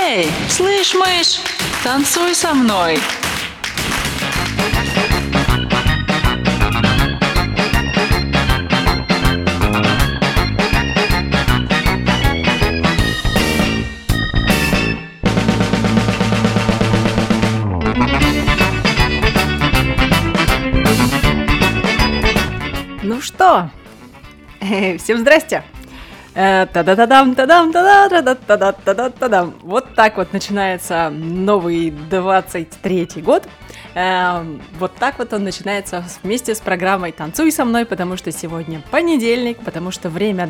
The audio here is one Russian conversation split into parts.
Эй, слышь, мышь, танцуй со мной. Ну что, всем здрасте! Та-да-да-дам, та-дам, та-да-та-да-та-да-та-да-та-дам. Вот так вот начинается новый 23-й год. Вот так вот он начинается вместе с программой «Танцуй со мной», потому что сегодня понедельник, потому что время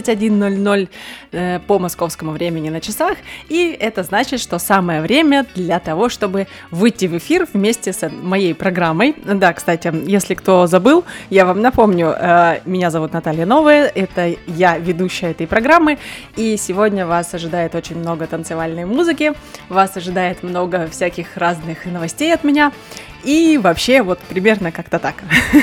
21:00 по московскому времени на часах, и это значит, что самое время для того, чтобы выйти в эфир вместе с моей программой. Да, кстати, если кто забыл, я вам напомню, меня зовут Наталья Новая, это я, ведущая этой программы, и сегодня вас ожидает очень много танцевальной музыки, вас ожидает много всяких разных новостей от меня, и вообще вот примерно как-то так.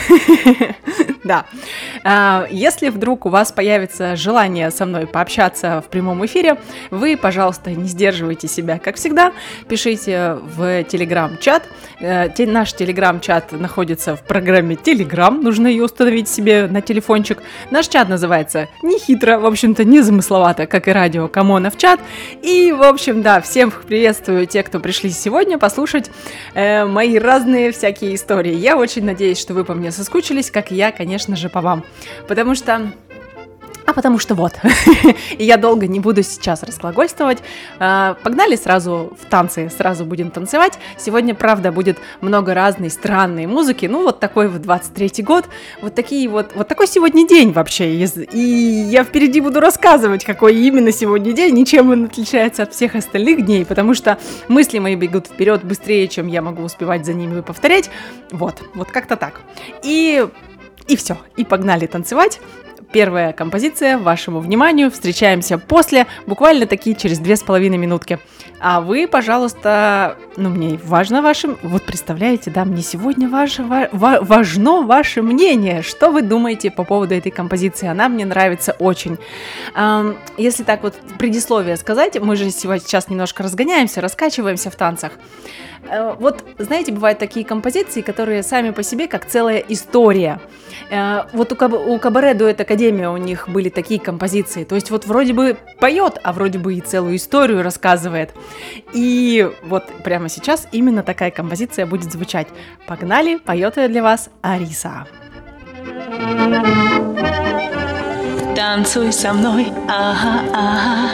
Да. Если вдруг у вас появится желание со мной пообщаться в прямом эфире, вы, пожалуйста, не сдерживайте себя, как всегда, пишите в Telegram-чат. Наш Telegram-чат находится в программе Telegram, нужно ее установить себе на телефончик. Наш чат называется нехитро, в общем-то, незамысловато, как и радио Камонов чат. И, в общем, да, всем приветствую те, кто пришли сегодня послушать мои разные всякие истории. Я очень надеюсь, что вы по мне соскучились, как и я, конечно же, по вам. Потому что вот. И я долго не буду сейчас разглагольствовать. Погнали сразу в танцы, сразу будем танцевать. Сегодня, правда, будет много разной странной музыки. Ну, вот такой вот 23-й год. Вот такой сегодня день вообще. И я впереди буду рассказывать, какой именно сегодня день, ничем он отличается от всех остальных дней, потому что мысли мои бегут вперед быстрее, чем я могу успевать за ними повторять. Вот как-то так. И все, и погнали танцевать. Первая композиция вашему вниманию. Встречаемся после, буквально такие через 2,5 минутки. А вы, пожалуйста, мне важно ваше... Вот представляете, да, мне сегодня важно ваше мнение. Что вы думаете по поводу этой композиции? Она мне нравится очень. Если так вот предисловие сказать, мы же сейчас немножко разгоняемся, раскачиваемся в танцах. Вот, знаете, бывают такие композиции, которые сами по себе как целая история. Вот у Кабаре Дуэт Академия у них были такие композиции. То есть вот вроде бы поет, а вроде бы и целую историю рассказывает. И вот прямо сейчас именно такая композиция будет звучать. Погнали, поет ее для вас Ариса. Танцуй со мной, ага, ага.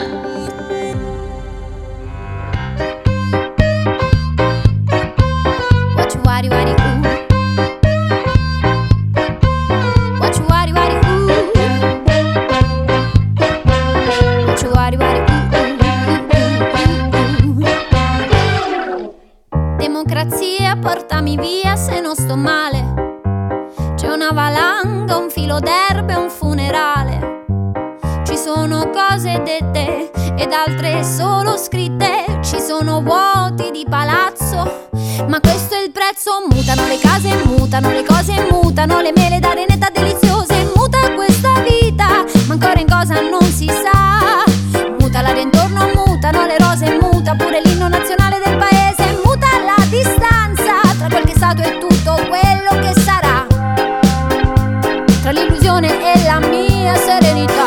Democrazia, portami via se non sto male. C'è una valanga, un filo d'erba e un funerale. Ci sono cose dette ed altre solo scritte. Ci sono vuoti di palazzo, ma questo è il prezzo. Mutano le case, mutano le cose, mutano le mele d'arenetta deliziose. Muta questa vita, ma ancora in cosa non si sa. Muta l'aria intorno, mutano le rose, muta pure l'inno nazionale del paese. Muta la distanza tra quel che è stato e tutto quello che sarà, tra l'illusione e la mia serenità.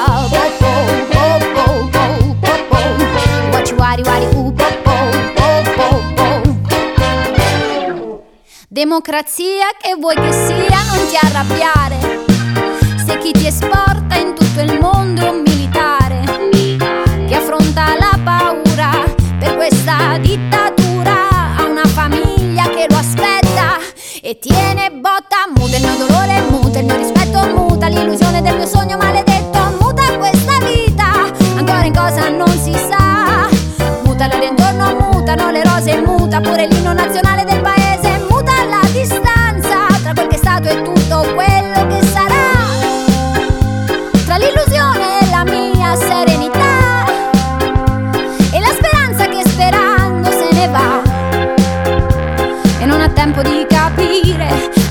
Democrazia che vuoi che sia, non ti arrabbiare se chi ti esporta in tutto il mondo è un militare che affronta la paura per questa dittatura, ha una famiglia che lo aspetta e tiene botta. Muta il mio dolore, muta il mio rispetto, muta l'illusione del mio sogno maledetto. Muta questa vita, ancora in cosa non si sa. Muta l'aria intorno, mutano le rose, muta pure l'inno nazionale del paese. Muta la distanza tra quel che è stato e tutto quello che sarà, tra l'illusione e la mia serenità e la speranza che sperando se ne va e non ha tempo di capire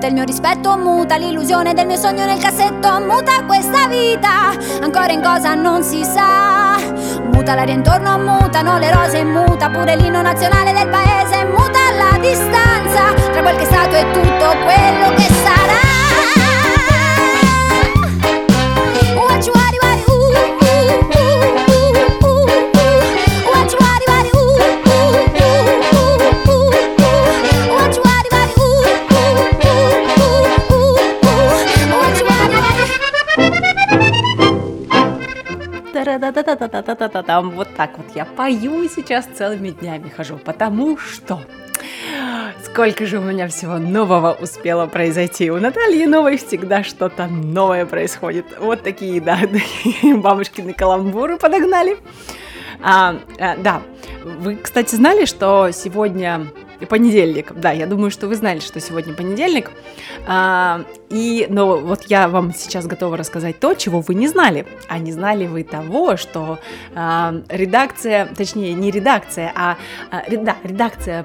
muta il mio rispetto, muta l'illusione del mio sogno nel cassetto, muta questa vita, ancora in cosa non si sa. Muta l'aria intorno, mutano le rose, muta pure l'inno nazionale del paese, muta la distanza tra quel che è stato e tutto quello che sarà. Да-да-да-да-да-да-да-да-да. Вот так вот я пою сейчас целыми днями хожу, потому что сколько же у меня всего нового успело произойти. У Натальи Новой всегда что-то новое происходит. Вот такие, да, бабушкины каламбуры подогнали. Да, вы, кстати, знали, что сегодня понедельник? Да, я думаю, что вы знали, что сегодня понедельник. Но вот я вам сейчас готова рассказать то, чего вы не знали. А не знали вы того, что редакция, точнее, не редакция, редакция,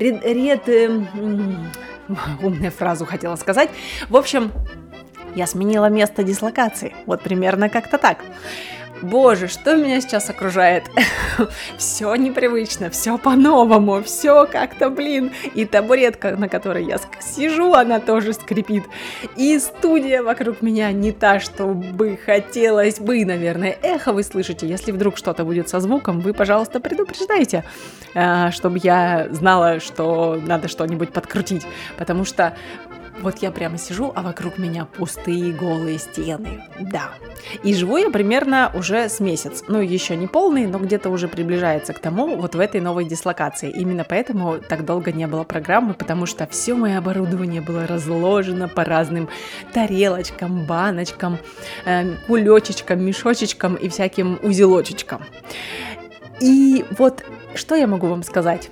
умную фразу хотела сказать. В общем, я сменила место дислокации. Вот примерно как-то так. Боже, что меня сейчас окружает? Все непривычно, все по-новому, все как-то, И табуретка, на которой я сижу, она тоже скрипит. И студия вокруг меня не та, что бы хотелось бы, наверное. Эхо вы слышите. Если вдруг что-то будет со звуком, вы, пожалуйста, предупреждайте, чтобы я знала, что надо что-нибудь подкрутить. Потому что вот я прямо сижу, а вокруг меня пустые голые стены, да. И живу я примерно уже с месяц, ну еще не полный, но где-то уже приближается к тому, вот в этой новой дислокации. Именно поэтому так долго не было программы, потому что все мое оборудование было разложено по разным тарелочкам, баночкам, кулечечкам, мешочечкам и всяким узелочечкам. И вот что я могу вам сказать?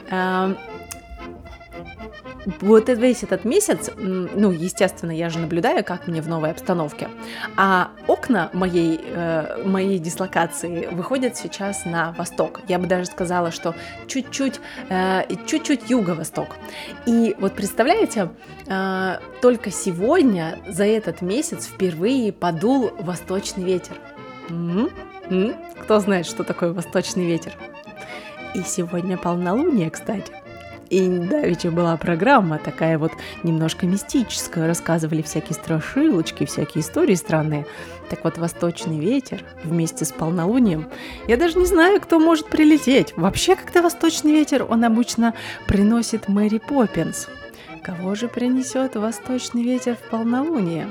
Вот весь этот месяц, ну, естественно, я же наблюдаю, как мне в новой обстановке, а окна моей дислокации выходят сейчас на восток. Я бы даже сказала, что чуть-чуть юго-восток. И вот представляете, только сегодня за этот месяц впервые подул восточный ветер. Кто знает, что такое восточный ветер? И сегодня полнолуние, кстати. И давеча была программа такая вот немножко мистическая, рассказывали всякие страшилочки, всякие истории странные. Так вот, восточный ветер вместе с полнолунием, я даже не знаю, кто может прилететь. Вообще, когда восточный ветер, он обычно приносит Мэри Поппинс. Кого же принесет восточный ветер в полнолуние?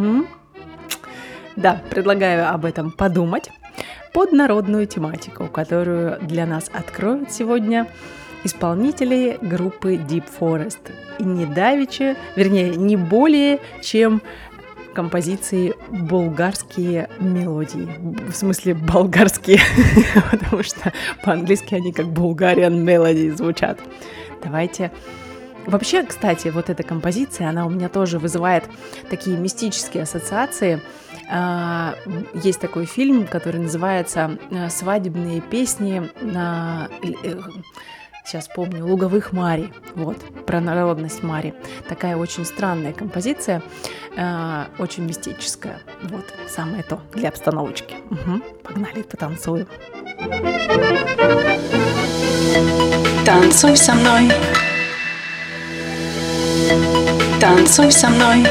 Да, предлагаю об этом подумать под народную тематику, которую для нас откроют сегодня исполнители группы Deep Forest. И не давеча, вернее, не более, чем композиции «Болгарские мелодии». В смысле, болгарские, потому что по-английски они как «Bulgarian Melody» звучат. Давайте... Вообще, кстати, вот эта композиция, она у меня тоже вызывает такие мистические ассоциации. Есть такой фильм, который называется «Свадебные песни на...» Сейчас помню, «Луговых Марий», вот, про народность Мари. Такая очень странная композиция, очень мистическая. Вот, самое то для обстановочки. Погнали, потанцуем. Танцуй со мной. Танцуй со мной.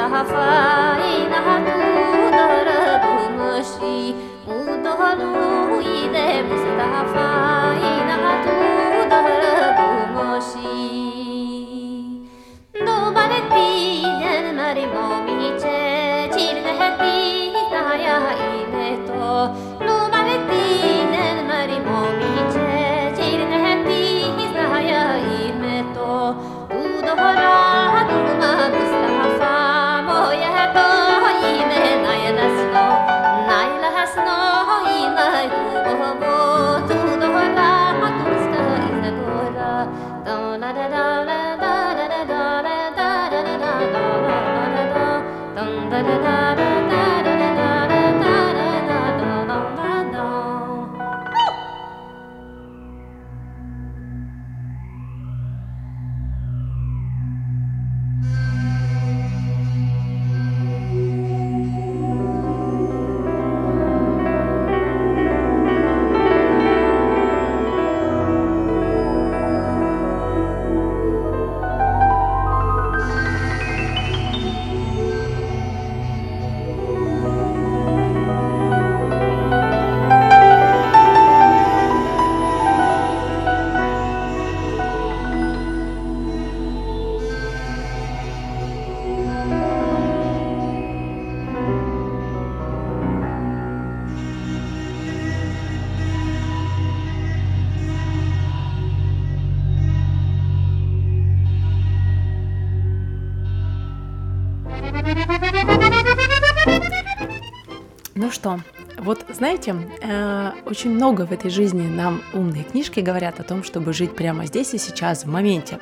Ну что, вот знаете, очень много в этой жизни нам умные книжки говорят о том, чтобы жить прямо здесь и сейчас, в моменте.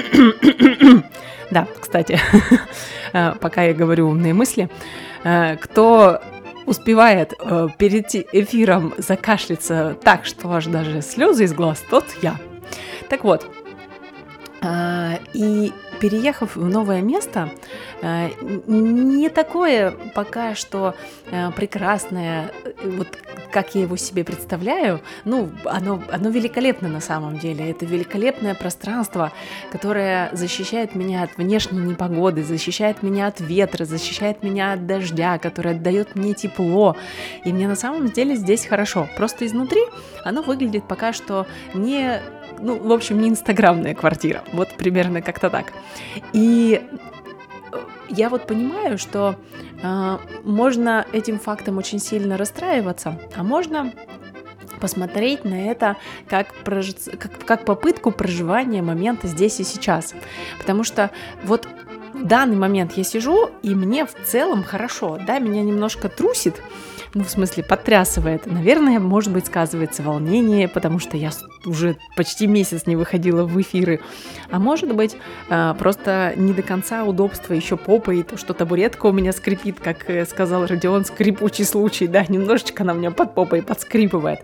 Да, кстати, пока я говорю умные мысли, кто успевает перед эфиром закашляться так, что аж даже слезы из глаз, тот я. Так вот, и переехав в новое место, не такое пока что прекрасное, вот как я его себе представляю, ну, оно великолепно на самом деле. Это великолепное пространство, которое защищает меня от внешней непогоды, защищает меня от ветра, защищает меня от дождя, которое дает мне тепло. И мне на самом деле здесь хорошо. Просто изнутри оно выглядит пока что не... Ну, в общем, не инстаграмная квартира. Вот примерно как-то так. И я вот понимаю, что можно этим фактом очень сильно расстраиваться, а можно посмотреть на это как попытку проживания момента здесь и сейчас. Потому что вот в данный момент я сижу, и мне в целом хорошо. Да, меня немножко трусит, ну, в смысле, потрясывает. Наверное, может быть, сказывается волнение, потому что я уже почти месяц не выходила в эфиры. А может быть, просто не до конца удобство еще попой, то, что табуретка у меня скрипит, как сказал Родион, скрипучий случай, да, немножечко она у меня под попой подскрипывает.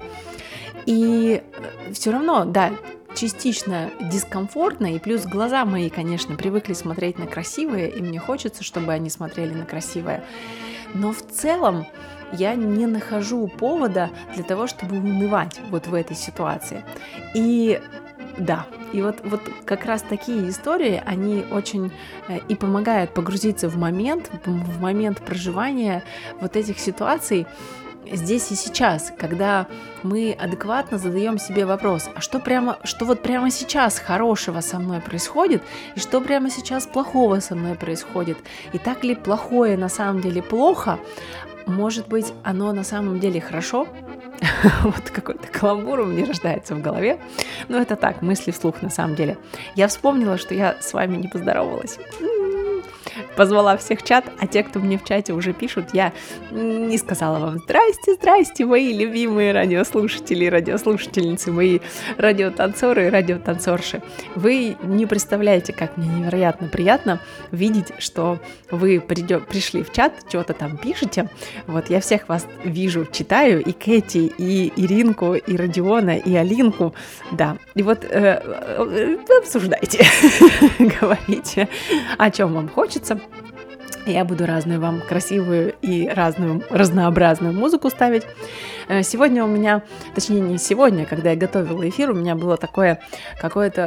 И все равно, да, частично дискомфортно, и плюс глаза мои, конечно, привыкли смотреть на красивое, и мне хочется, чтобы они смотрели на красивое. Но в целом я не нахожу повода для того, чтобы унывать вот в этой ситуации. И да, и вот как раз такие истории, они очень и помогают погрузиться в момент проживания вот этих ситуаций здесь и сейчас, когда мы адекватно задаем себе вопрос, а что вот прямо сейчас хорошего со мной происходит, и что прямо сейчас плохого со мной происходит, и так ли плохое на самом деле плохо, может быть, оно на самом деле хорошо? Вот какой-то каламбур у меня рождается в голове. Но это так, мысли вслух на самом деле. Я вспомнила, что я с вами не поздоровалась. Позвала всех в чат, а те, кто мне в чате уже пишут, я не сказала вам здрасте, мои любимые радиослушатели и радиослушательницы, мои радиотанцоры и радиотанцорши. Вы не представляете, как мне невероятно приятно видеть, что вы пришли в чат, что-то там пишете. Вот я всех вас вижу, читаю, и Кэти, и Иринку, и Родиона, и Алинку, да. И вот обсуждайте, говорите, о чем вам хочется. Я буду разную вам красивую и разнообразную музыку ставить. Сегодня у меня, точнее не сегодня, когда я готовила эфир, у меня было такое какое-то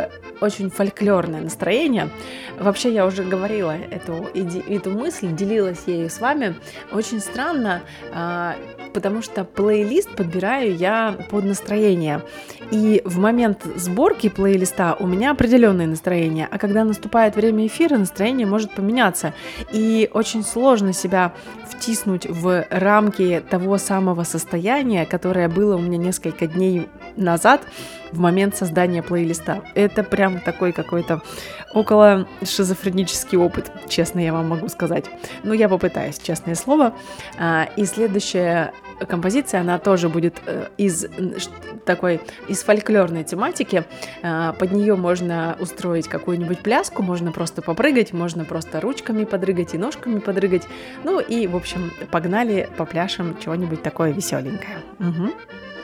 очень фольклорное настроение. Вообще, я уже говорила эту мысль, делилась ею с вами. Очень странно, потому что плейлист подбираю я под настроение. И в момент сборки плейлиста у меня определенное настроение, а когда наступает время эфира, настроение может поменяться. И очень сложно себя втиснуть в рамки того самого состояния, которое было у меня несколько дней назад в момент создания плейлиста. Это прям такой какой-то около шизофренический опыт, честно я вам могу сказать. Но я попытаюсь, честное слово. И следующая композиция, она тоже будет из фольклорной тематики. Под нее можно устроить какую-нибудь пляску, можно просто попрыгать, можно просто ручками подрыгать и ножками подрыгать. Ну и, в общем, погнали, попляшем чего-нибудь такое веселенькое. Угу.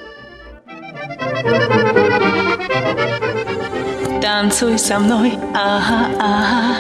Танцуй со мной, ага, ага.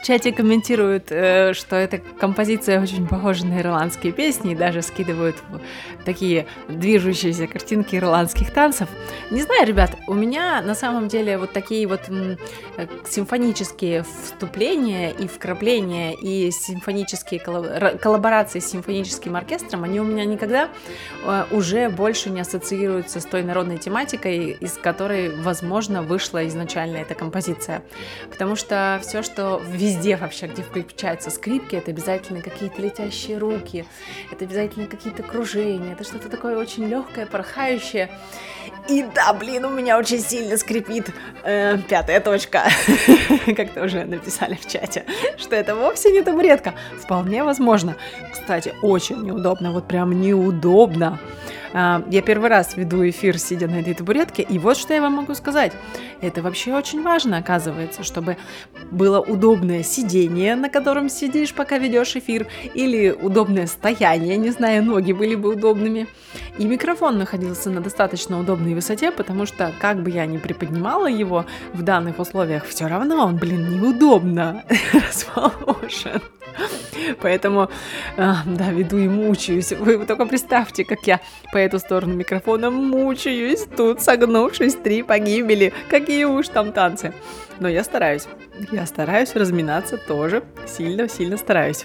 чате комментируют, что эта композиция очень похожа на ирландские песни, и даже скидывают такие движущиеся картинки ирландских танцев. Не знаю, ребят, у меня на самом деле вот такие вот симфонические вступления и вкрапления, и симфонические коллаборации с симфоническим оркестром, они у меня никогда уже больше не ассоциируются с той народной тематикой, из которой, возможно, вышла изначально эта композиция. Потому что все, что везде вообще, где включаются скрипки, это обязательно какие-то летящие руки, это обязательно какие-то кружения, это что-то такое очень легкое, порхающее. И да, блин, у меня очень сильно скрипит 5-я точка, как-то уже написали в чате, что это вовсе не табуретка. Вполне возможно. Кстати, очень неудобно, вот прям неудобно. Я первый раз веду эфир, сидя на этой табуретке, и вот что я вам могу сказать. Это вообще очень важно, оказывается, чтобы было удобное сидение, на котором сидишь, пока ведешь эфир, или удобное стояние, не знаю, ноги были бы удобными. И микрофон находился на достаточно удобной высоте, потому что, как бы я ни приподнимала его в данных условиях, все равно он, неудобно расположен. Поэтому, да, веду и мучаюсь. Вы только представьте, как я по эту сторону микрофона мучаюсь, тут согнувшись 3 погибели. Какие уж там танцы. Но я стараюсь разминаться тоже, сильно стараюсь.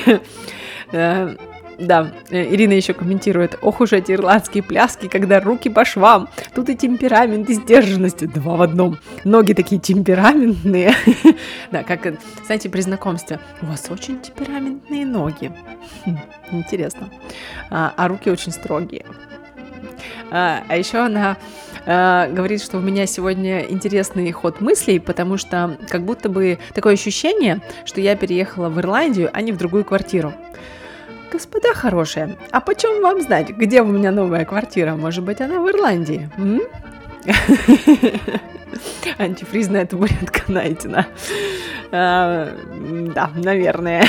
Да, Ирина еще комментирует: ох уж эти ирландские пляски, когда руки по швам. Тут и темперамент, и сдержанность 2 в 1. Ноги такие темпераментные. Да, как, знаете, при знакомстве: у вас очень темпераментные ноги. Интересно. А руки очень строгие. А еще она говорит, что у меня сегодня интересный ход мыслей, потому что как будто бы такое ощущение, что я переехала в Ирландию, а не в другую квартиру. Господа хорошие, а почем вам знать, где у меня новая квартира? Может быть, она в Ирландии? Антифризная табуретка найдена. Да, наверное.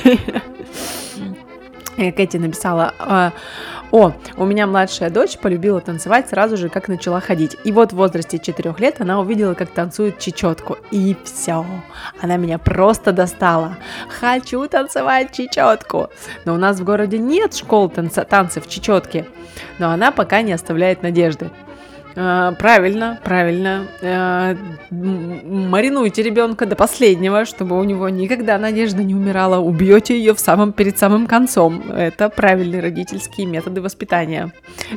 Кэти написала: у меня младшая дочь полюбила танцевать сразу же, как начала ходить. И вот в возрасте 4 лет она увидела, как танцует чечетку. И все. Она меня просто достала. Хочу танцевать чечетку. Но у нас в городе нет школ танцев чечетки. Но она пока не оставляет надежды. Правильно. Маринуйте ребенка до последнего, чтобы у него никогда надежда не умирала. Убьете ее перед самым концом. Это правильные родительские методы воспитания.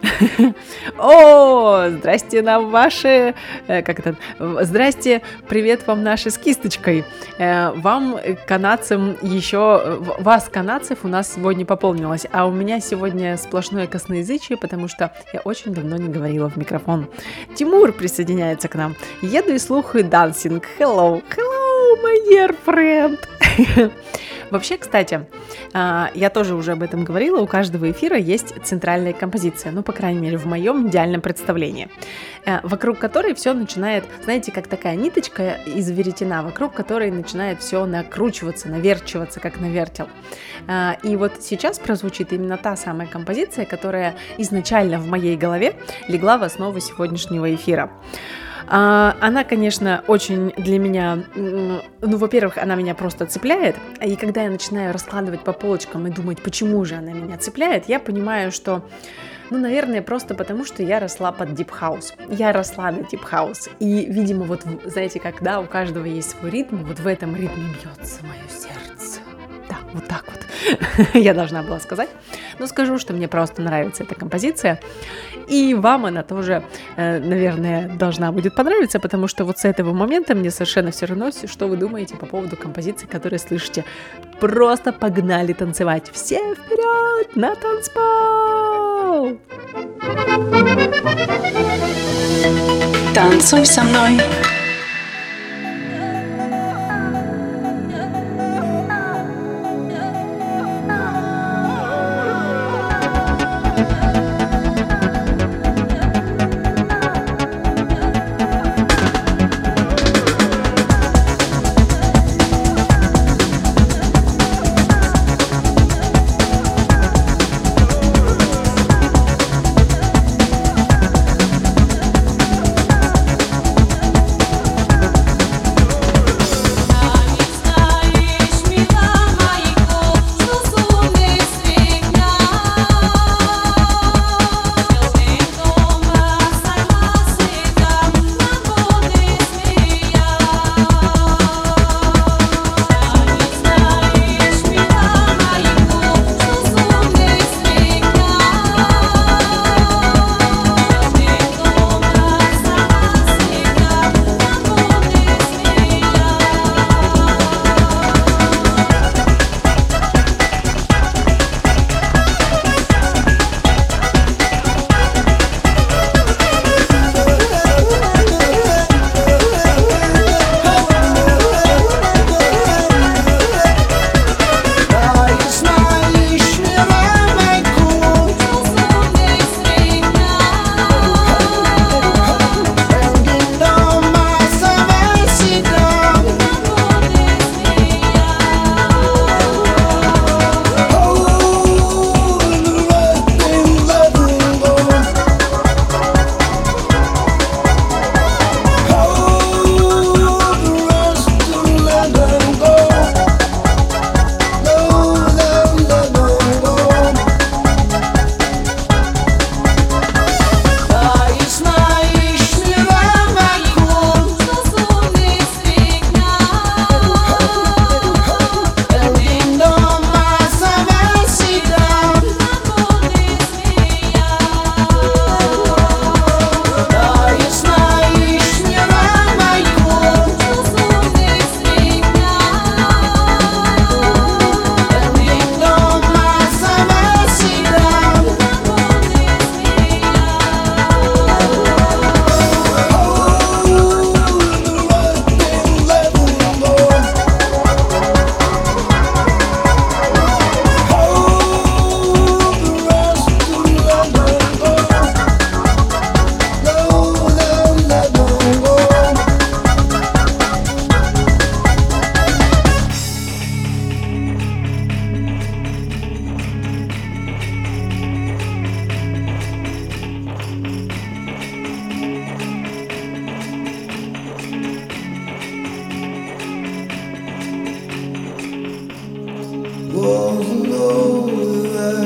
О, здрасте нам ваши... Здрасте, привет вам наши с кисточкой. Вам, канадцам, вас, канадцев, у нас сегодня пополнилось. А у меня сегодня сплошное косноязычие, потому что я очень давно не говорила в микрофон. Тимур присоединяется к нам. Еду и слухаю dancing. Hello, my dear friend. Вообще, кстати, я тоже уже об этом говорила, у каждого эфира есть центральная композиция, по крайней мере, в моем идеальном представлении, вокруг которой все начинает, знаете, как такая ниточка из веретена, вокруг которой начинает все накручиваться, наверчиваться, как на вертел. И вот сейчас прозвучит именно та самая композиция, которая изначально в моей голове легла в основу сегодняшнего эфира. Она, конечно, очень для меня, во-первых, она меня просто цепляет, и когда я начинаю раскладывать по полочкам и думать, почему же она меня цепляет, я понимаю, что, наверное, просто потому, что я росла под дип-хаус. Я росла на дип-хаус, и, видимо, вот, знаете, когда у каждого есть свой ритм, вот в этом ритме бьется мое сердце. Да, вот так вот я должна была сказать. Но скажу, что мне просто нравится эта композиция. И вам она тоже, наверное, должна будет понравиться, потому что вот с этого момента мне совершенно все равно, что вы думаете по поводу композиции, которые слышите. Просто погнали танцевать. Все вперед на танцпол! Танцуй со мной.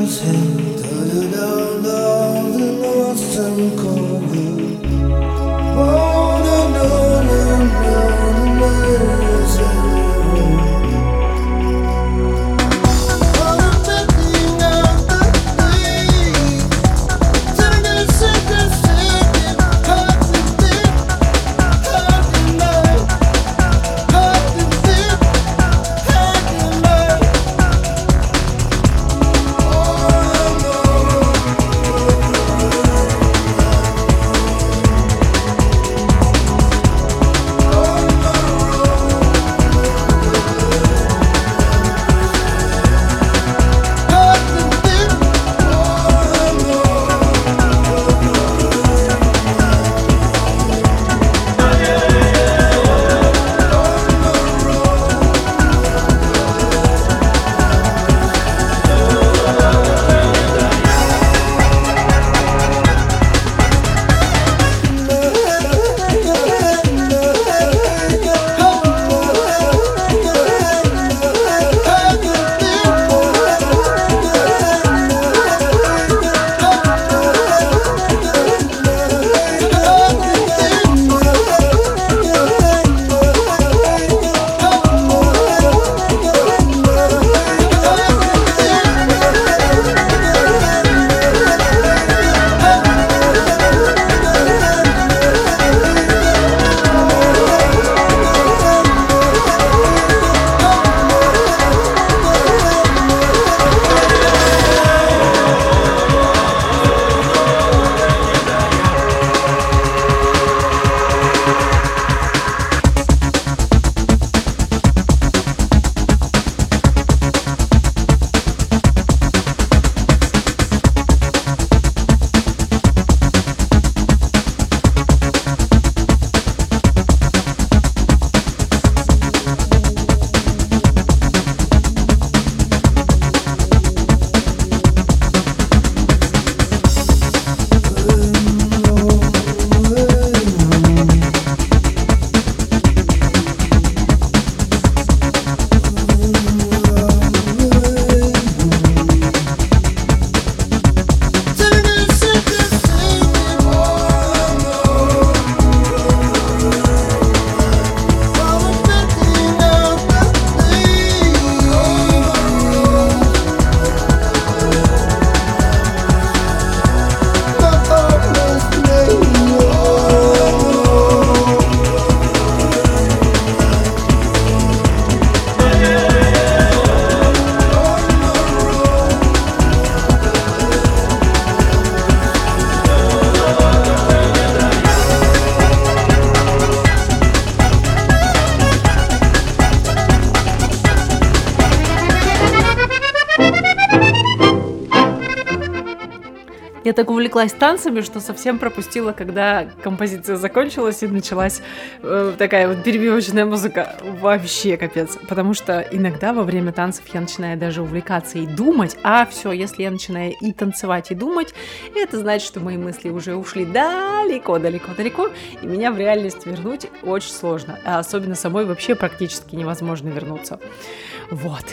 Я так увлеклась танцами, что совсем пропустила, когда композиция закончилась и началась такая вот перебивочная музыка. Вообще капец. Потому что иногда во время танцев я начинаю даже увлекаться и думать, а все, если я начинаю и танцевать, и думать, это значит, что мои мысли уже ушли далеко-далеко-далеко, и меня в реальность вернуть очень сложно. А особенно самой вообще практически невозможно вернуться. Вот.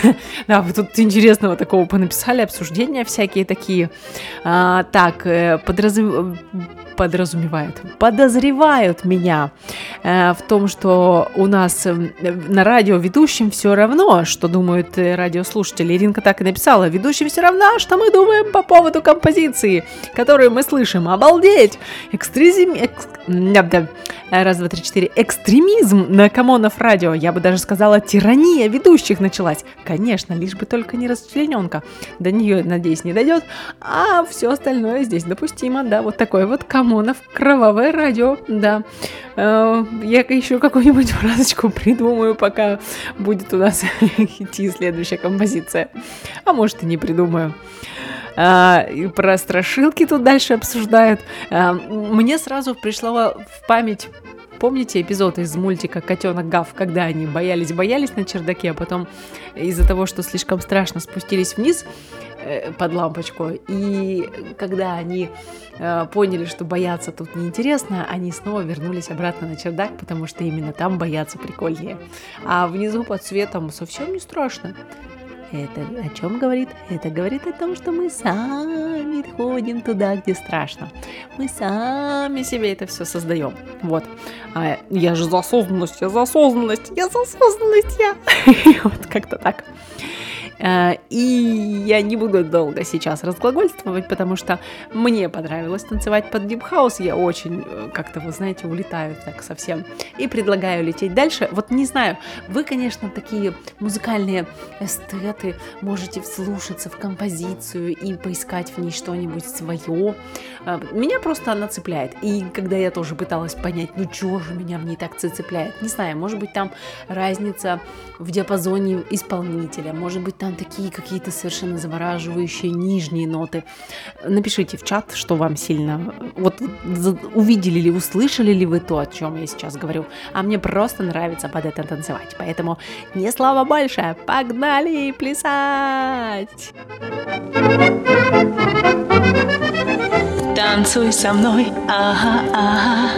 Да, вы тут интересного такого понаписали, обсуждения всякие такие. Подозревают меня в том, что у нас на радио ведущим все равно, что думают радиослушатели. Иринка так и написала: ведущим все равно, что мы думаем по поводу композиции, которую мы слышим. Обалдеть! Экстремизм на Камонов радио. Я бы даже сказала, тирания ведущих началась. Конечно, лишь бы только не расчлененка. До нее, надеюсь, не дойдет. А все остальное здесь допустимо. Да, вот такой вот Камонов кровавое радио. Да. Я еще какую-нибудь фразочку придумаю, пока будет у нас идти следующая композиция. А может, и не придумаю. Про страшилки тут дальше обсуждают. Мне сразу пришло в память, помните эпизод из мультика «Котенок Гав», когда они боялись на чердаке, а потом из-за того, что слишком страшно, спустились вниз под лампочку, и когда они поняли, что бояться тут неинтересно, они снова вернулись обратно на чердак, потому что именно там бояться прикольнее. А внизу под светом совсем не страшно. Это о чем говорит? Это говорит о том, что мы сами ходим туда, где страшно. Мы сами себе это все создаем. Вот. А я же за осознанность, я. Вот как-то так. И я не буду долго сейчас разглагольствовать, потому что мне понравилось танцевать под Deep House. Я очень как-то, вы знаете, улетаю так совсем. И предлагаю лететь дальше. Вот не знаю, вы, конечно, такие музыкальные эстеты, можете вслушаться в композицию и поискать в ней что-нибудь свое. Меня просто она цепляет. И когда я тоже пыталась понять, ну чего же меня в ней так цепляет, не знаю, может быть там разница в диапазоне исполнителя, может быть там такие какие-то совершенно завораживающие нижние ноты. Напишите в чат, что вам сильно... Вот увидели ли, услышали ли вы то, о чем я сейчас говорю. А мне просто нравится под это танцевать. Поэтому не слова больше, погнали плясать! Танцуй со мной, ага, ага.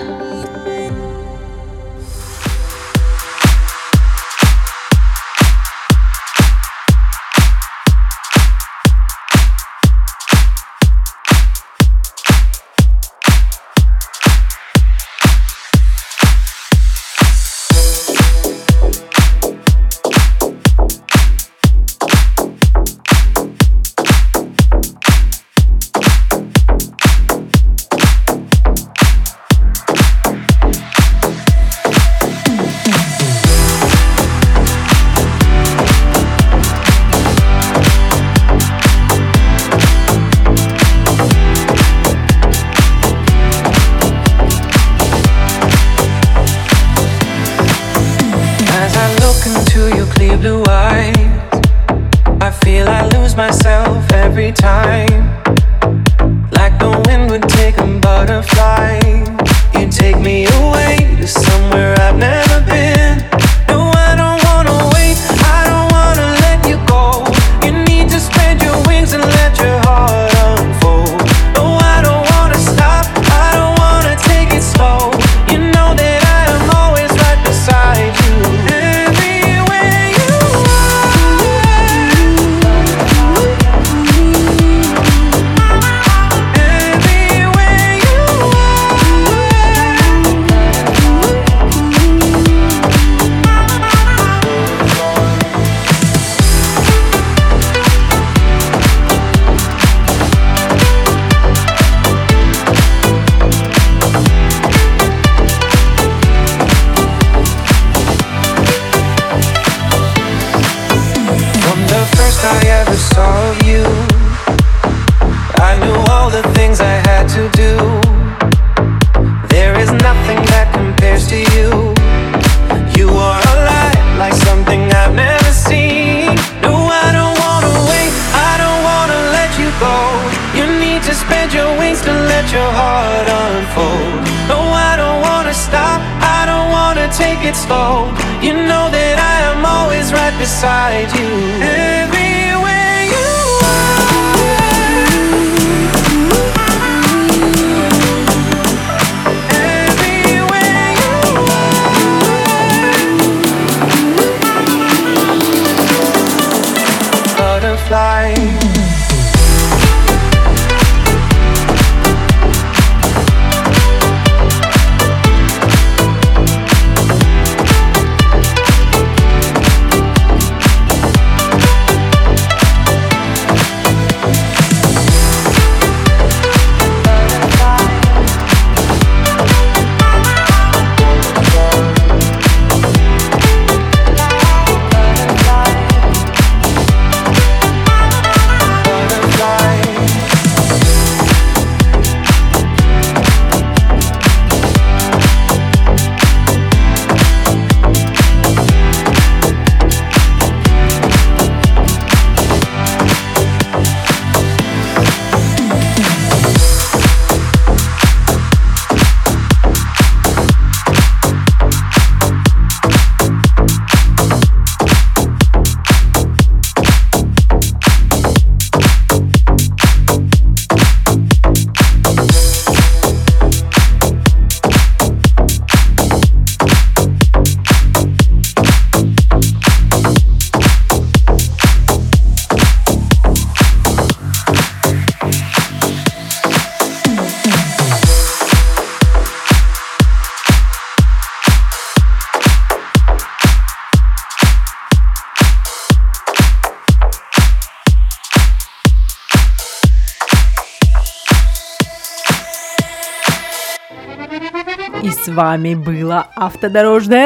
Blue eyes, I feel I lose myself every time. Like the wind would take a butterfly. You take me away to somewhere I've never been. No, I don't wanna wait, I don't wanna let you go. You need to spread your wings and let your heart unfold. No, I don't wanna stop, I don't wanna take it slow. You know that I am always right beside you. I ever saw of you, I knew all the things I had to do. There is nothing that compares to you. You are alive, like something I've never seen. No, I don't wanna wait, I don't wanna let you go. You need to spread your wings to let your heart unfold. No, I don't wanna stop, I don't wanna take it slow. You know that I am always right beside you. Butterfly. с вами было Автодорожное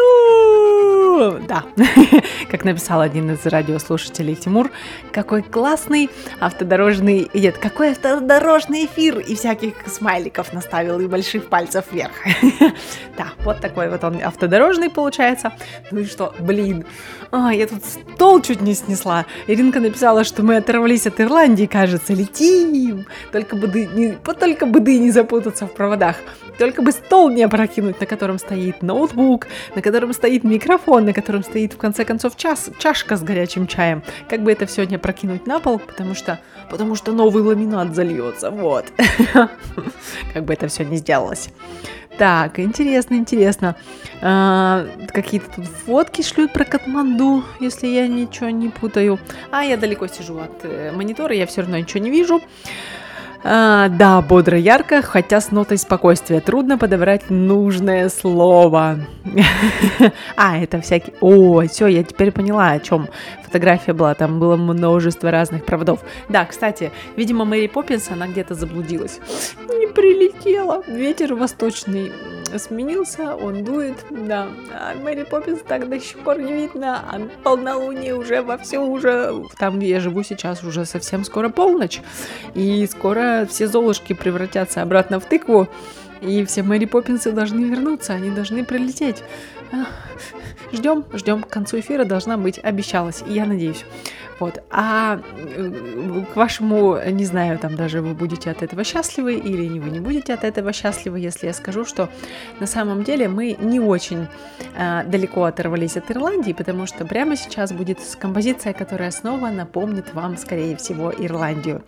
радио! Да, как написал один из радиослушателей Тимур, какой классный автодорожный... Нет, какой автодорожный эфир! И всяких смайликов наставил, и больших пальцев вверх. Да, вот такой вот он автодорожный получается. Ну и что, блин, я тут стол чуть не снесла. Иринка написала, что мы оторвались от Ирландии, кажется, летим. Только бы не запутаться в проводах. Только бы стол не опрокинуть, на котором стоит ноутбук, на котором стоит микрофон, на котором стоит, в конце концов, чашка с горячим чаем. Как бы это все не опрокинуть на пол, потому что новый ламинат зальется, вот. Как бы это все не сделалось. Так, интересно. Какие-то тут фотки шлют про Катманду, если я ничего не путаю. Я далеко сижу от монитора, я все равно ничего не вижу. Да, бодро, ярко, хотя с нотой спокойствия. Трудно подобрать нужное слово. Это всякие... Все, я теперь поняла, о чем фотография была. Там было множество разных проводов. Да, кстати, видимо, Мэри Поппинс, она где-то заблудилась. Не прилетела. Ветер восточный сменился, он дует, да. Мэри Поппинс так до сих пор не видно, а полнолуние уже вовсю, уже там, где я живу сейчас, уже совсем скоро полночь, и скоро все золушки превратятся обратно в тыкву, и все Мэри Поппинсы должны вернуться, они должны прилететь. Ждем, к концу эфира должна быть, обещалась, и я надеюсь. Вот. А к вашему, не знаю, там даже вы будете от этого счастливы или вы не будете от этого счастливы, если я скажу, что на самом деле мы не очень далеко оторвались от Ирландии, потому что прямо сейчас будет композиция, которая снова напомнит вам, скорее всего, Ирландию.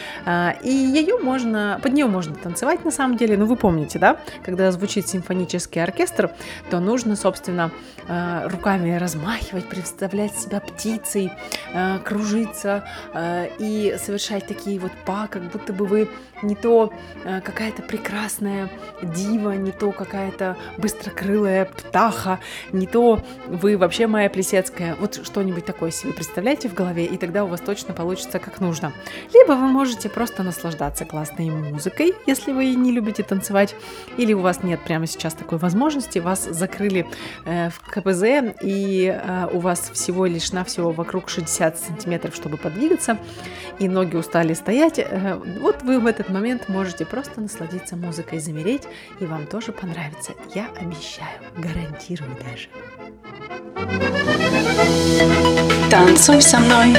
И под нее можно танцевать на самом деле, вы помните, да, когда звучит симфонический оркестр, то нужно, собственно, руками размахивать, представлять себя птицей, кружиться и совершать такие вот как будто бы вы не то какая-то прекрасная дива, не то какая-то быстрокрылая птаха, не то вы вообще Майя Плисецкая. Вот что-нибудь такое себе представляете в голове, и тогда у вас точно получится как нужно. Либо вы можете просто наслаждаться классной музыкой, если вы не любите танцевать, или у вас нет прямо сейчас такой возможности, вас закрыли в КПЗ, и у вас всего лишь навсего вокруг 60 сантиметров, чтобы подвигаться, и ноги устали стоять. Вот вы в этот момент можете просто насладиться музыкой, замереть, и вам тоже понравится. Я обещаю, гарантирую даже. Танцуй со мной.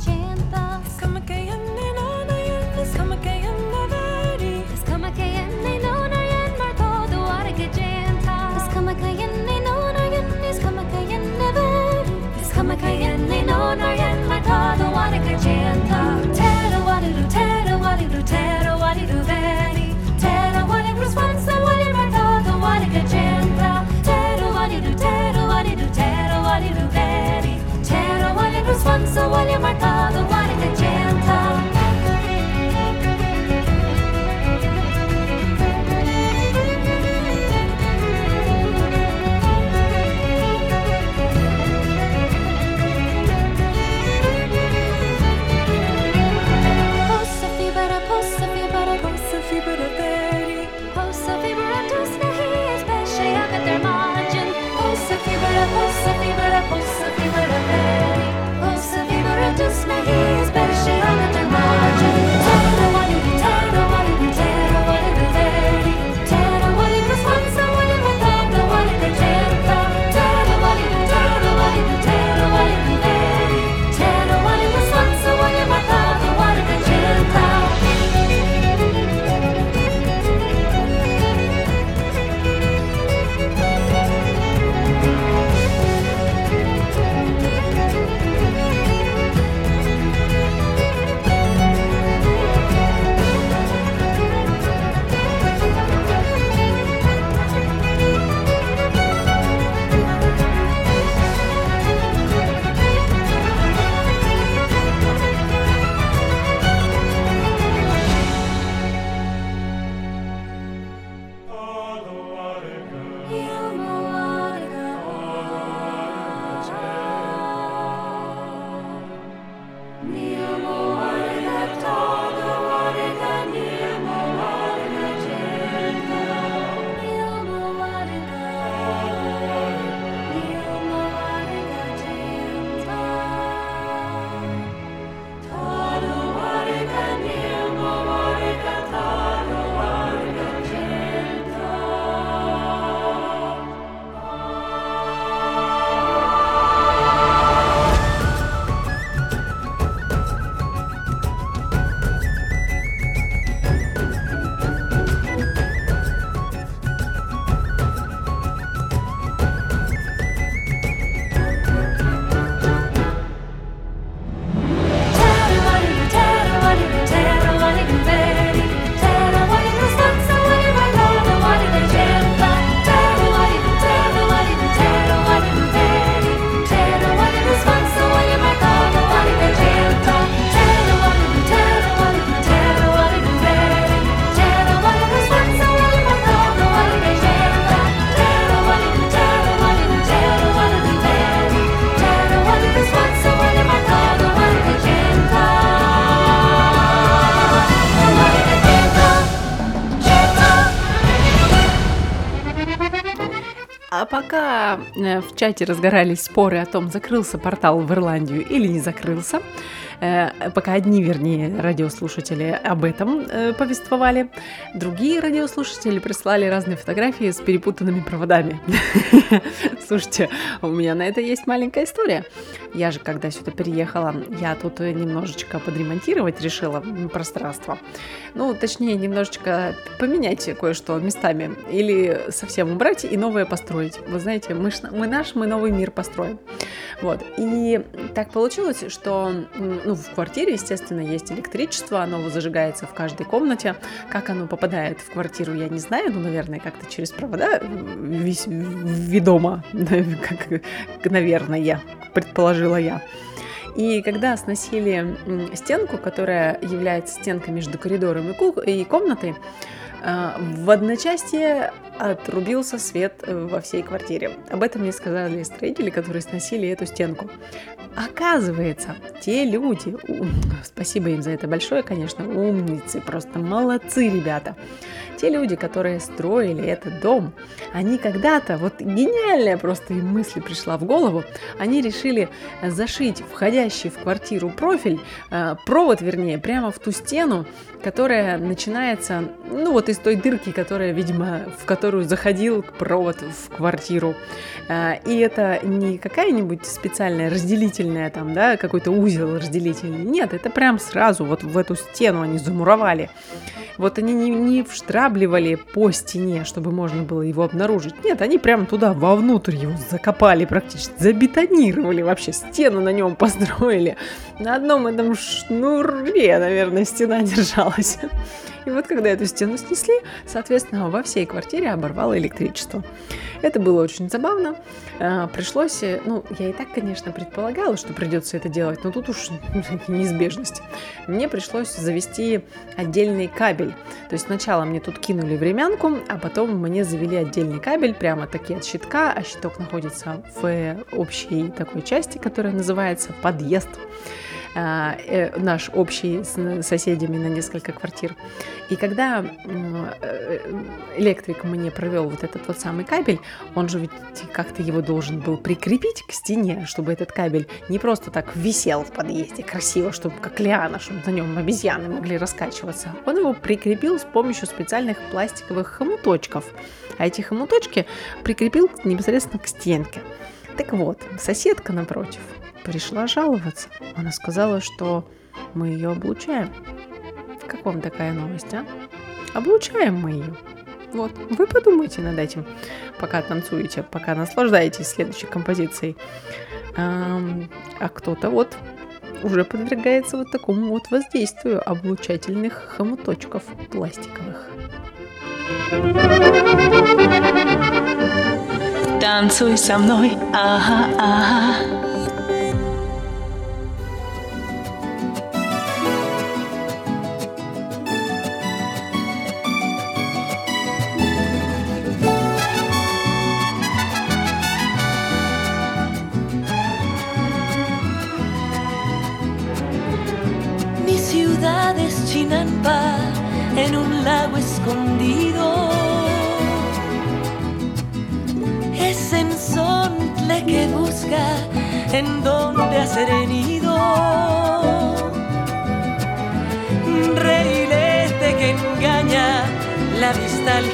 Come again, А пока в чате разгорались споры о том, закрылся портал в Ирландию или не закрылся, пока одни, вернее, радиослушатели об этом повествовали, другие радиослушатели прислали разные фотографии с перепутанными проводами. Слушайте, у меня на это есть маленькая история. Я же, когда сюда переехала, я тут немножечко подремонтировать решила пространство. Ну, точнее, немножечко поменять кое-что местами или совсем убрать и новое построить. Вы знаете, мы новый мир построим. Вот. И так получилось, что в квартире, естественно, есть электричество, оно зажигается в каждой комнате. Как оно попадает в квартиру, я не знаю, наверное, как-то через провода ведомо, как, наверное, предположила я. И когда сносили стенку, которая является стенкой между коридором и комнатой, в одночасье отрубился свет во всей квартире. Об этом мне сказали строители, которые сносили эту стенку. Оказывается, те люди, спасибо им за это большое, конечно, умницы, просто молодцы ребята. Те люди, которые строили этот дом, они когда-то, вот гениальная просто им мысль пришла в голову, они решили зашить входящий в квартиру провод, прямо в ту стену, которая начинается, из той дырки, которая, видимо, в которую заходил провод в квартиру. И это не какая-нибудь специальная разделительная там, да, какой-то узел разделительный. Нет, это прям сразу вот в эту стену они замуровали. Вот они не вштрабливали по стене, чтобы можно было его обнаружить. Нет, они прям туда вовнутрь его закопали практически, забетонировали вообще, стену на нем построили. На одном этом шнуре, наверное, стена держалась. И вот когда эту стену снесли, соответственно, во всей квартире оборвало электричество. Это было очень забавно. Пришлось, я и так, конечно, предполагала, что придется это делать, но тут уж неизбежность. Мне пришлось завести отдельный кабель. То есть сначала мне тут кинули времянку, а потом мне завели отдельный кабель, прямо таки от щитка, а щиток находится в общей такой части, которая называется подъезд. Наш общий с соседями на несколько квартир. И когда электрик мне провел вот этот вот самый кабель, он же ведь как-то его должен был прикрепить к стене, чтобы этот кабель не просто так висел в подъезде красиво, чтобы как лиана, чтобы на нем обезьяны могли раскачиваться. Он его прикрепил с помощью специальных пластиковых хомуточков. А эти хомуточки прикрепил непосредственно к стенке. Так вот, соседка напротив пришла жаловаться. Она сказала, что мы ее облучаем. Как вам такая новость, а? Облучаем мы ее. Вот, вы подумайте над этим, пока танцуете, пока наслаждаетесь следующей композицией. А кто-то вот уже подвергается вот такому вот воздействию облучательных хомуточков пластиковых. Танцуй со мной, ага, ага. Mi ciudad es Chinampa, en un lago escondido. Es en Sontle que busca en dónde hacer nido. Reilete que engaña la vista al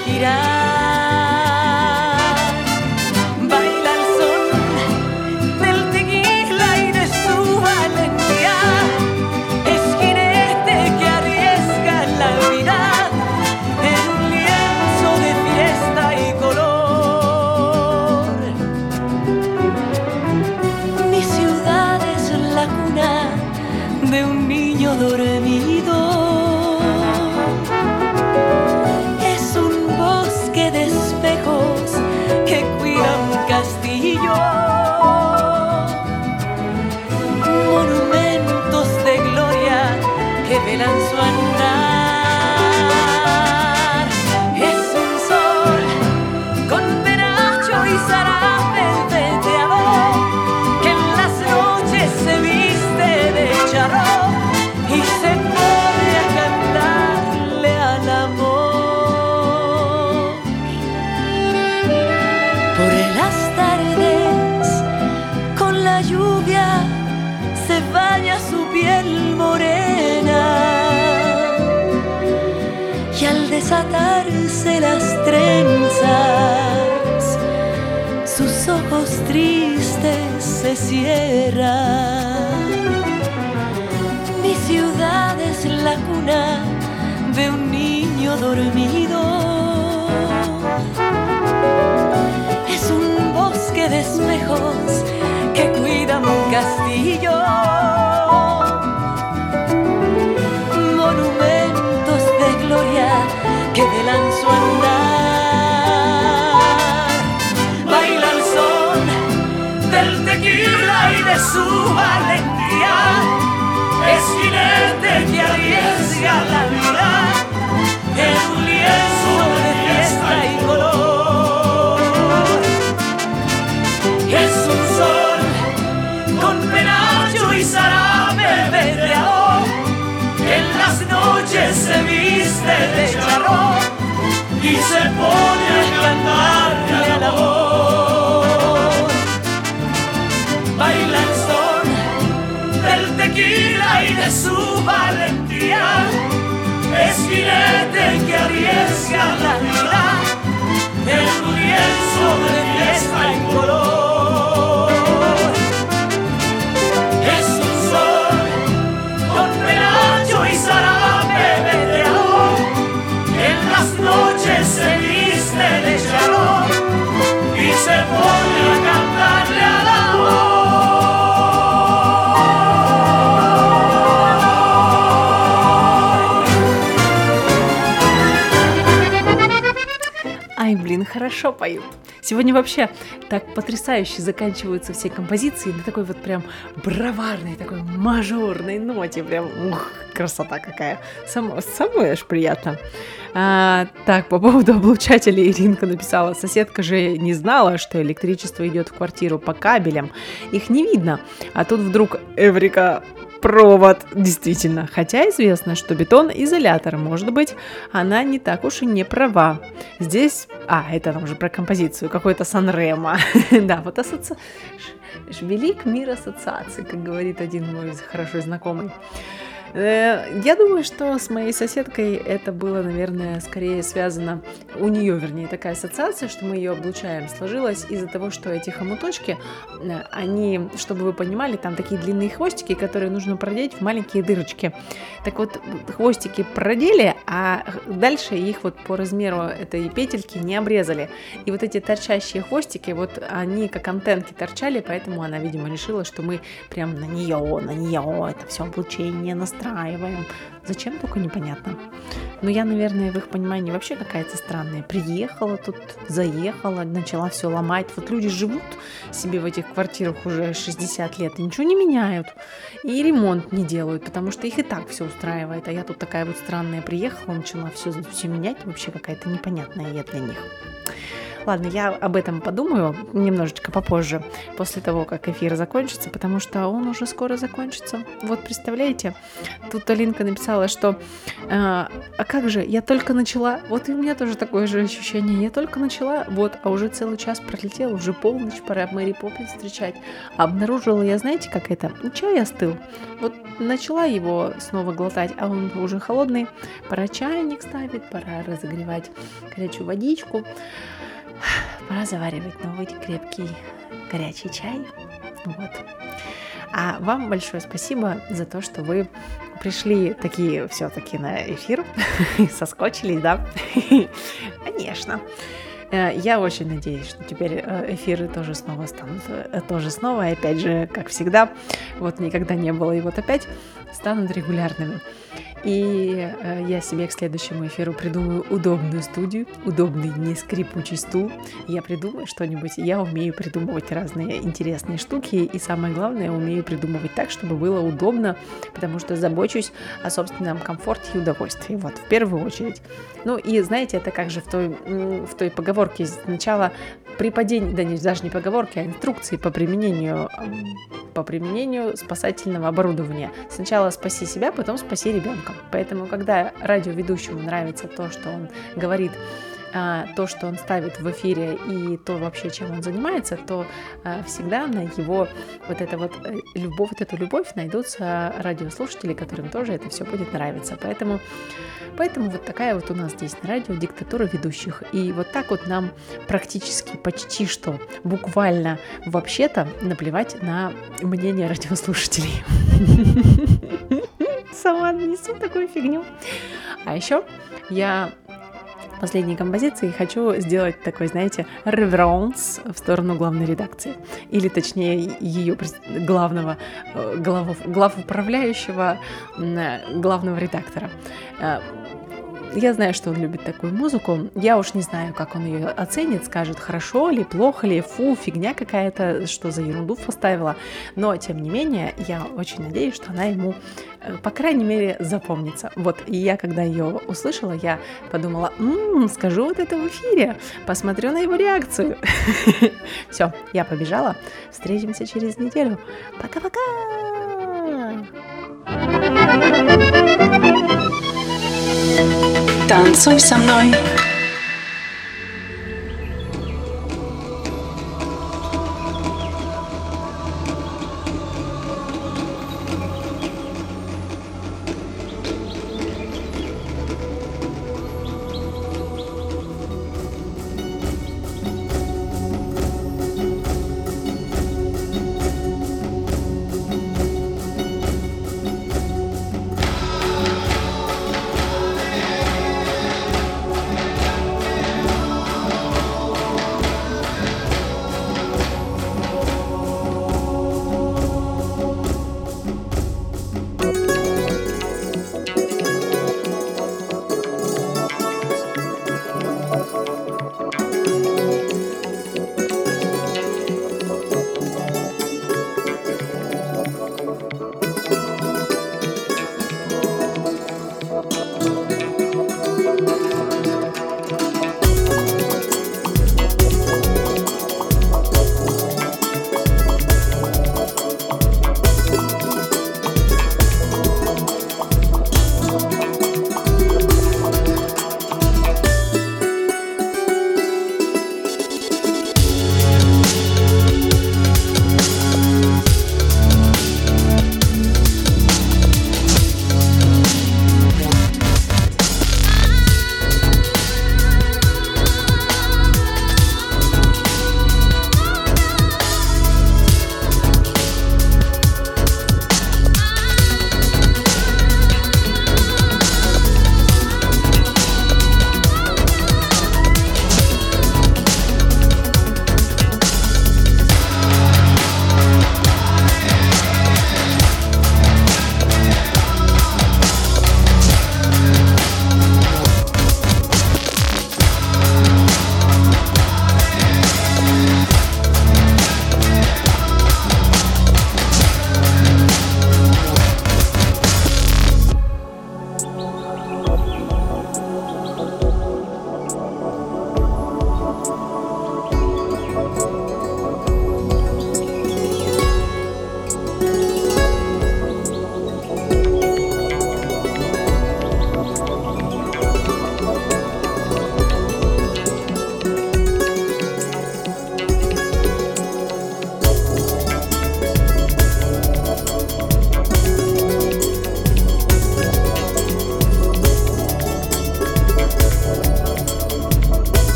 girar. Baila al son del tequila y de su valentía. Es jinete que arriesga la vida en un lienzo de fiesta y color. Mi ciudad es la cuna de un niño dormido. Es un bosque desatarse las trenzas, sus ojos tristes se cierran. Mi ciudad es la cuna de un niño dormido, es un bosque de espejos que cuidan un castillo, monumentos de gloria que velan su andar. Baila el son del tequila y de su valentía, es jinete que arriesga la vida en un lienzo de fiesta y color. Es un sol con penacho y zarape vedreado, en las noches se viste de charro y se pone a cantarle al amor. Baila el son del tequila y de su valentía, es jinete que arriesga la vida en un lienzo de fiesta y color. Es un sol con penacho y zarape vedreado, en las noches se viste de charro y se pone a cantarle al amor. Ай, блин, хорошо поют. Сегодня вообще так потрясающе заканчиваются все композиции на такой вот прям браварной, такой мажорной ноте. Прям, ух, красота какая. Самой аж приятно. Так, по поводу облучателей Иринка написала: соседка же не знала, что электричество идет в квартиру по кабелям. Их не видно. А тут вдруг эврика, провод, действительно. Хотя известно, что бетон-изолятор, может быть, она не так уж и не права. Здесь, это там уже про композицию, какой-то Сан-Ремо. Да, вот велик мир ассоциаций, как говорит один мой хорошо знакомый. Я думаю, что с моей соседкой это было, наверное, скорее связано, у нее, вернее, такая ассоциация, что мы ее облучаем, сложилась из-за того, что эти хомуточки, они, чтобы вы понимали, там такие длинные хвостики, которые нужно продеть в маленькие дырочки. Так вот, хвостики продели, а дальше их вот по размеру этой петельки не обрезали. И вот эти торчащие хвостики, вот они как антенки торчали, поэтому она, видимо, решила, что мы прям на нее это все облучение настраиваем. Зачем, только непонятно. Но я, наверное, в их понимании вообще какая-то странная. Приехала тут, заехала, начала все ломать. Вот люди живут себе в этих квартирах уже 60 лет и ничего не меняют. И ремонт не делают, потому что их и так все устраивает. А я тут такая вот странная приехала, начала все менять. Вообще какая-то непонятная я для них. Ладно, я об этом подумаю немножечко попозже, после того, как эфир закончится, потому что он уже скоро закончится. Вот, представляете, тут Алинка написала, что а как же, я только начала, вот и у меня тоже такое же ощущение, я только начала, вот, а уже целый час пролетел, уже полночь, пора Мэри Поппинс встречать. Обнаружила я, знаете, как это, чай остыл, вот начала его снова глотать, а он уже холодный, пора чайник ставить, пора разогревать горячую водичку. Пора заваривать новый крепкий горячий чай. Вот. А вам большое спасибо за то, что вы пришли такие все-таки на эфир, соскочились, да? Конечно. Я очень надеюсь, что теперь эфиры тоже снова станут, и опять же, как всегда, вот никогда не было, и вот опять станут регулярными. И я себе к следующему эфиру придумаю удобную студию, удобный не скрипучий стул. Я придумаю что-нибудь. Я умею придумывать разные интересные штуки. И самое главное, умею придумывать так, чтобы было удобно, потому что забочусь о собственном комфорте и удовольствии. Вот, в первую очередь. Ну и знаете, это как же в той поговорке сначала при падении, да не, даже не поговорки, а инструкции по применению спасательного оборудования. Сначала спаси себя, потом спаси ребенка. Поэтому, когда радиоведущему нравится то, что он говорит то, что он ставит в эфире и то вообще, чем он занимается, то всегда на его вот эту любовь найдутся радиослушатели, которым тоже это все будет нравиться. Поэтому вот такая вот у нас здесь на радио диктатура ведущих. И вот так вот нам практически почти что буквально вообще-то наплевать на мнение радиослушателей. Сама несу такую фигню. А еще я в последней композиции хочу сделать такой, знаете, реверанс в сторону главной редакции. Или точнее ее главуправляющего, главного редактора. Я знаю, что он любит такую музыку. Я уж не знаю, как он ее оценит, скажет, хорошо ли, плохо ли, фу, фигня какая-то, что за ерунду поставила. Но, тем не менее, я очень надеюсь, что она ему, по крайней мере, запомнится. Вот, и я, когда ее услышала, я подумала, скажу вот это в эфире, посмотрю на его реакцию. Все, я побежала. Встретимся через неделю. Пока-пока! Танцуй со мной.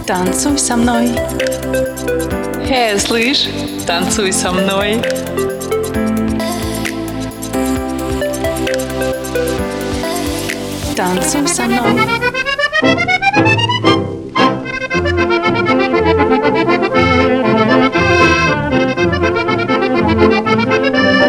танцуй со мной. Эй, слышь, танцуй со мной. Танцуй со мной.